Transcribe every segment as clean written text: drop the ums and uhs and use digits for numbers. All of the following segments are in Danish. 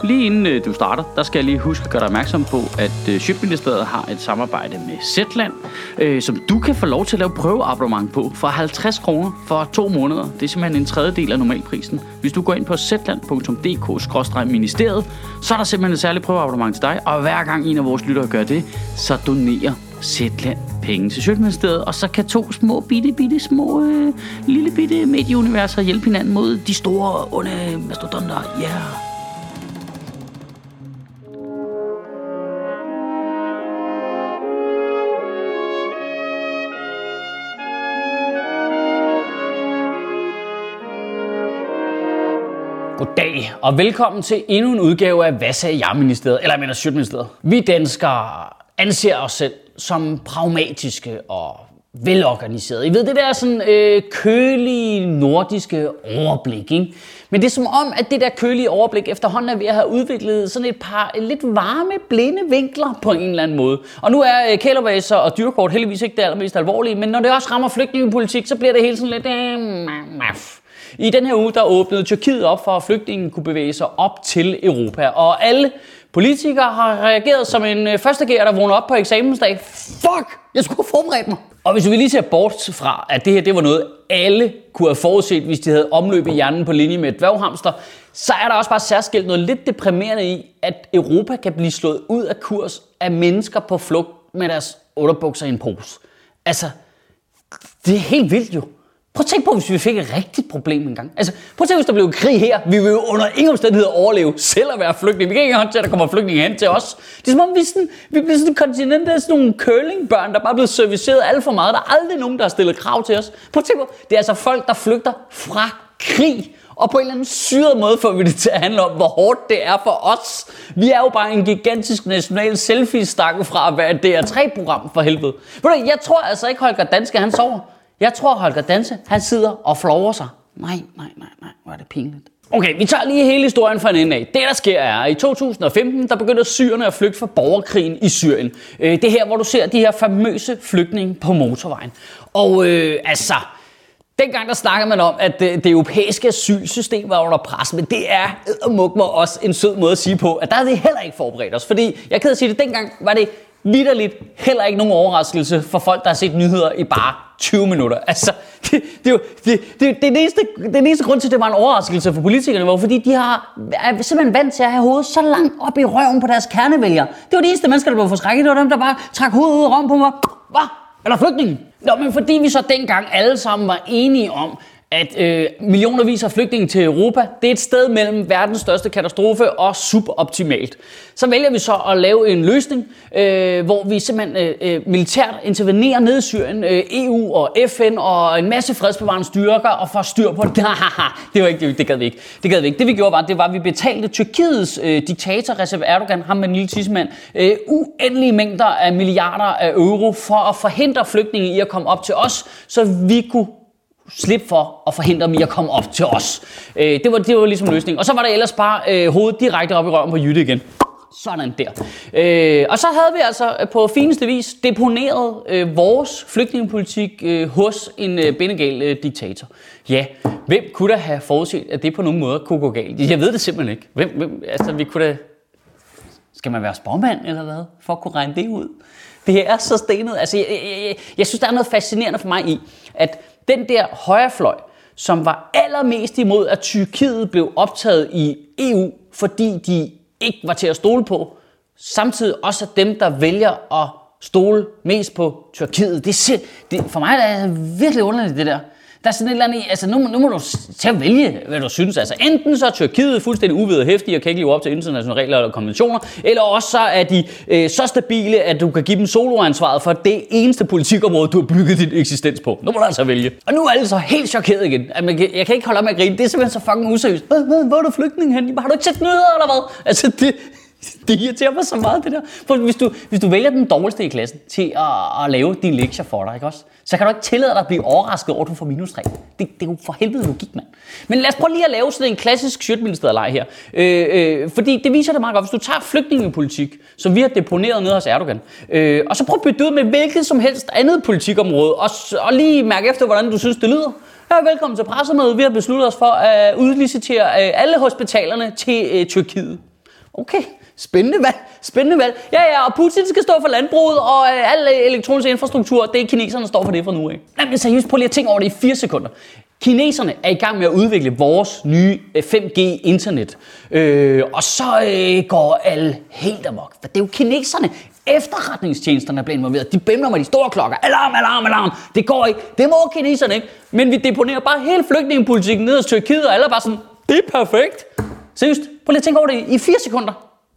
lige inden du starter, der skal jeg lige huske at gøre dig opmærksom på, at Sjøtministeriet har et samarbejde med Zetland, som du kan få lov til at lave prøveabonnement på for 50 kroner for 2 måneder. Det er simpelthen en tredjedel af normalprisen. Hvis du går ind på zetland.dk/ministeriet, så er der simpelthen et særligt prøveabonnement til dig, og hver gang en af vores lyttere gør det, så donerer Zetland penge til Sjøtministeriet, og så kan 2 små små lille bitte medieuniverser hjælpe hinanden mod de store onde mastodonter. Yeah. Goddag, og velkommen til endnu en udgave af Hvad sagde jeg-ministeriet, eller jeg mener Sjøtministeriet. Vi danskere anser os selv som pragmatiske og velorganiserede. I ved, det der sådan kølige nordiske overblik, ikke? Men det er som om, at det der kølige overblik efterhånden er ved at have udviklet sådan et par lidt varme, blinde vinkler på en eller anden måde. Og nu er kælervaser og dyrkort heldigvis ikke det allermest alvorlige, men når det også rammer flygtningepolitik, så bliver det helt sådan lidt I den her uge, der åbnede Tyrkiet op for, at flygtningen kunne bevæge sig op til Europa. Og alle politikere har reageret som en førstegærer, der vågner op på eksamensdag. Fuck! Jeg skulle have forberedt mig. Og hvis vi lige ser bort fra, at det her det var noget, alle kunne have forudset, hvis de havde omløb i hjernen på linje med et dværghamster, så er der også bare særskilt noget lidt deprimerende i, at Europa kan blive slået ud af kurs af mennesker på flugt med deres underbukser i en pose. Altså, det er helt vildt jo. Prøv at tænke på, hvis vi fik et rigtigt problem engang. Altså, prøv at tænke, hvis der blev krig her. Vi vil jo under ingen omstændigheder overleve selv at være flygtninge. Vi kan ikke håndtere, at der kommer flygtninge hen til os. Det er som om, vi bliver sådan et kontinent af sådan nogle curlingbørn, der bare er blevet serviceret alt for meget. Der er aldrig nogen, der har stillet krav til os. Prøv at tænke på, det er altså folk, der flygter fra krig. Og på en eller anden syret måde får vi det til at handle om, hvor hårdt det er for os. Vi er jo bare en gigantisk national selfie-stakke fra at være et DR3-program for helvede. Jeg tror altså ikke, Holger Danske han sover. Jeg tror, Holger Danske, han sidder og flover sig. Nej, hvor er det pinligt. Okay, vi tager lige hele historien fra en ende af. Det, der sker, er, at i 2015, der begynder syrerne at flygte fra borgerkrigen i Syrien. Det her, hvor du ser de her famøse flygtninge på motorvejen. Og dengang der snakker man om, at det europæiske asylsystem var under pres, men det er også en sød måde at sige på, at der havde vi heller ikke forberedt os. Fordi, jeg kan sige det, dengang var det vitterligt heller ikke nogen overraskelse for folk, der har set nyheder i bare 20 minutter. Altså, det eneste grund til, at det var en overraskelse for politikerne, var fordi de er simpelthen vant til at have hovedet så langt op i røven på deres kernevælgere. Det var de eneste mennesker, der blev forskrækket. Det var dem, der bare trak hovedet ud af røven på mig. Hvad? Eller flygtningen? Nå, men fordi vi så dengang alle sammen var enige om, at millionervis af flygtninge til Europa, det er et sted mellem verdens største katastrofe og suboptimalt. Så vælger vi så at lave en løsning, hvor vi simpelthen militært intervenerer ned i Syrien, EU og FN og en masse fredsbevarende styrker og får styr på det. Det gad vi ikke. Det vi gjorde var, at vi betalte Tyrkiets diktator Recep Erdogan, ham med en lille tidsmand, uendelige mængder af milliarder af euro for at forhindre flygtninge i at komme op til os, så vi kunne slip for at forhindre dem i at komme op til os. Det var ligesom løsningen. Og så var der ellers bare hovedet direkte op i røven på Jytte igen. Sådan der. Og så havde vi altså på fineste vis deponeret vores flygtningepolitik hos en bindegal diktator. Ja, hvem kunne da have forudset, at det på nogen måde kunne gå galt? Jeg ved det simpelthen ikke. Vi kunne da... Skal man være spormand eller hvad, for at kunne regne det ud? Det er så stenet. Altså, jeg synes, der er noget fascinerende for mig i, at den der højrefløj, som var allermest imod, at Tyrkiet blev optaget i EU, fordi de ikke var til at stole på, samtidig også dem, der vælger at stole mest på Tyrkiet. For mig er det virkelig underligt, det der. Der er sådan et eller andet, altså nu må du til at vælge, hvad du synes. Altså enten så er Tyrkiet fuldstændig uvederhæftige og kan ikke leve op til internationale regler eller konventioner, eller også så er de så stabile, at du kan give dem soloansvaret for det eneste politikområde, du har bygget din eksistens på. Nu må du altså vælge. Og nu er alle så helt chokeret igen. Jeg kan ikke holde op med at grine. Det er simpelthen så fucking useriøst. Hvor er du flygtning hen? Har du ikke set nyheder eller hvad? Altså det irriterer mig så meget, det der. For hvis du vælger den dårligste i klassen til at lave dine lektier for dig, ikke også? Så kan du ikke tillade dig at blive overrasket over, at du får -3. Det er jo for helvede logik, mand. Men lad os prøve lige at lave sådan en klassisk Sjøtministeriet-leg her. Fordi det viser det meget godt. Hvis du tager flygtningepolitik, som vi har deponeret nede hos Erdogan, og så prøv at bytte ud med hvilket som helst andet politikområde, og lige mærke efter, hvordan du synes, det lyder. Ja, velkommen til pressemødet. Vi har besluttet os for at udlicitere alle hospitalerne til Tyrkiet. Okay, spændende valg. Ja, og Putin skal stå for landbruget, og al elektronisk infrastruktur, det er kineserne, der står for det fra nu af. Men seriøst, prøv lige at tænke over det i 4 sekunder. Kineserne er i gang med at udvikle vores nye 5G-internet, og så går alle helt amok. For det er jo kineserne, efterretningstjenesterne, der bliver involveret. De bimler med de store klokker. Alarm. Det går ikke. Det må kineserne ikke. Men vi deponerer bare hele flygtningepolitikken ned hos Tyrkiet, og alle er bare sådan, det er perfekt. Seriøst, prøv lige at tænke over det i 4 sekunder.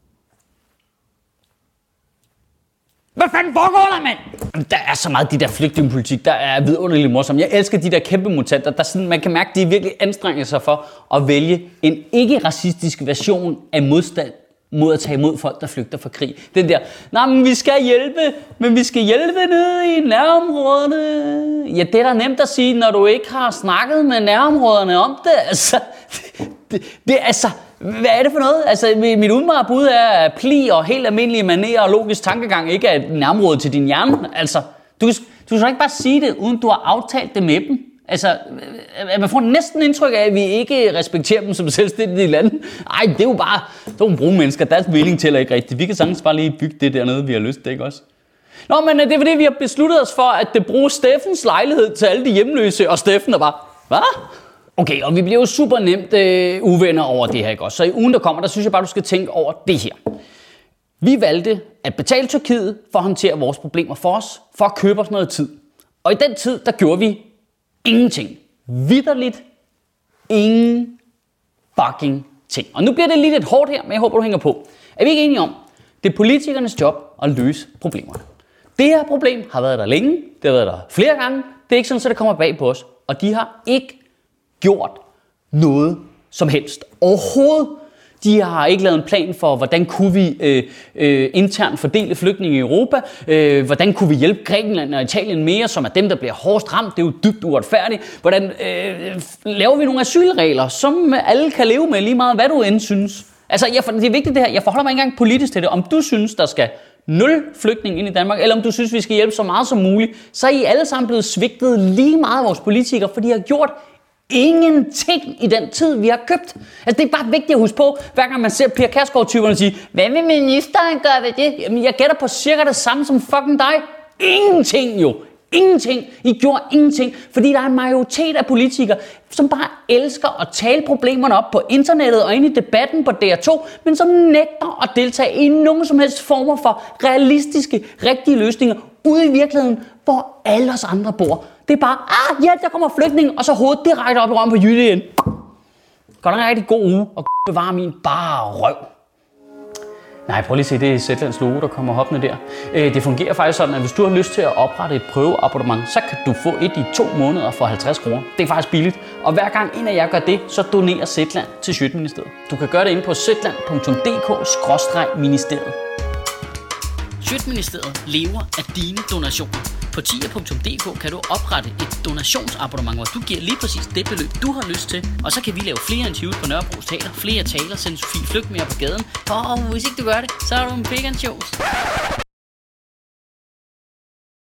Hvad fanden foregår der, mand? Der er så meget af de der flygtningepolitik, der er vidunderligt morsomt. Jeg elsker de der kæmpe mutanter, der sådan, man kan mærke, de virkelig anstrenger sig for at vælge en ikke-racistisk version af modstand mod at tage imod folk, der flygter fra krig. Den der, men vi skal hjælpe nede i nærområderne. Ja, det er da nemt at sige, når du ikke har snakket med nærområderne om det. Altså, hvad er det for noget? Altså, mit umiddelbare bud er, at pli og helt almindelige manerer og logisk tankegang ikke er et nærområde til din hjerne. Altså, du skal ikke bare sige det, uden du har aftalt det med dem. Altså, man får næsten indtryk af, at vi ikke respekterer dem som selvstændige lande. Ej, det er jo bare nogle brune mennesker. Deres mening tæller ikke rigtigt. Vi kan sagtens bare lige bygge det dernede, vi har lyst til, ikke også? Nå, men det er fordi, vi har besluttet os for, at det bruger Steffens lejlighed til alle de hjemløse, og Steffen er bare, hvad? Okay, og vi bliver jo super nemt uvenner over det her, ikke også? Så i ugen, der kommer, der synes jeg bare, du skal tænke over det her. Vi valgte at betale Tyrkiet for at håndtere vores problemer for os, for at købe os noget tid. Og i den tid, der gjorde vi ingenting. Vitterligt ingen fucking ting. Og nu bliver det lige lidt hårdt her, men jeg håber, du hænger på. Er vi ikke enige om, det er politikernes job at løse problemerne? Det her problem har været der længe, det har været der flere gange, det er ikke sådan, at det kommer bag på os. Og de har ikke gjort noget som helst overhovedet. De har ikke lavet en plan for, hvordan kunne vi internt fordele flygtninge i Europa, hvordan kunne vi hjælpe Grækenland og Italien mere, som er dem, der bliver hårdest ramt. Det er jo dybt uretfærdigt. Hvordan laver vi nogle asylregler, som alle kan leve med lige meget, hvad du end synes. Altså, det er vigtigt det her. Jeg forholder mig ikke engang politisk til det. Om du synes, der skal 0 flygtninge ind i Danmark, eller om du synes, vi skal hjælpe så meget som muligt, så er I alle sammen blevet svigtet lige meget af vores politikere, for de har gjort ingenting i den tid, vi har købt. Altså, det er bare vigtigt at huske på, hver gang man ser Pia Kjærsgaard-typerne sige, hvad vil ministeren gøre ved det? Jamen, jeg gætter på cirka det samme som fucking dig. Ingenting jo. Ingenting. I gjorde ingenting, fordi der er en majoritet af politikere, som bare elsker at tale problemerne op på internettet og ind i debatten på DR2, men som nægter at deltage i nogen som helst former for realistiske, rigtige løsninger ude i virkeligheden, hvor alle os andre bor. Det er bare, hjælp, der kommer flygtninge, og så hovedet direkte op i røven på Jytte igen. Godt en rigtig god uge, og bevare min bare røv. Nej, prøv lige at se, det er Zetlands logo, der kommer hoppende der. Det fungerer faktisk sådan, at hvis du har lyst til at oprette et prøveabonnement, så kan du få et i 2 måneder for 50 kroner. Det er faktisk billigt. Og hver gang en af jer gør det, så donerer Zetland til Sjøtministeriet. Du kan gøre det inde på zetland.dk/ministeriet. Sjøtministeriet lever af dine donationer. På tier.dk kan du oprette et donationsabonnement, hvor du giver lige præcis det beløb, du har lyst til. Og så kan vi lave flere interviews på Nørrebro Teater, flere taler, sende Sofie Flygt mere på gaden. Og hvis ikke du gør det, så er du en vegan shows.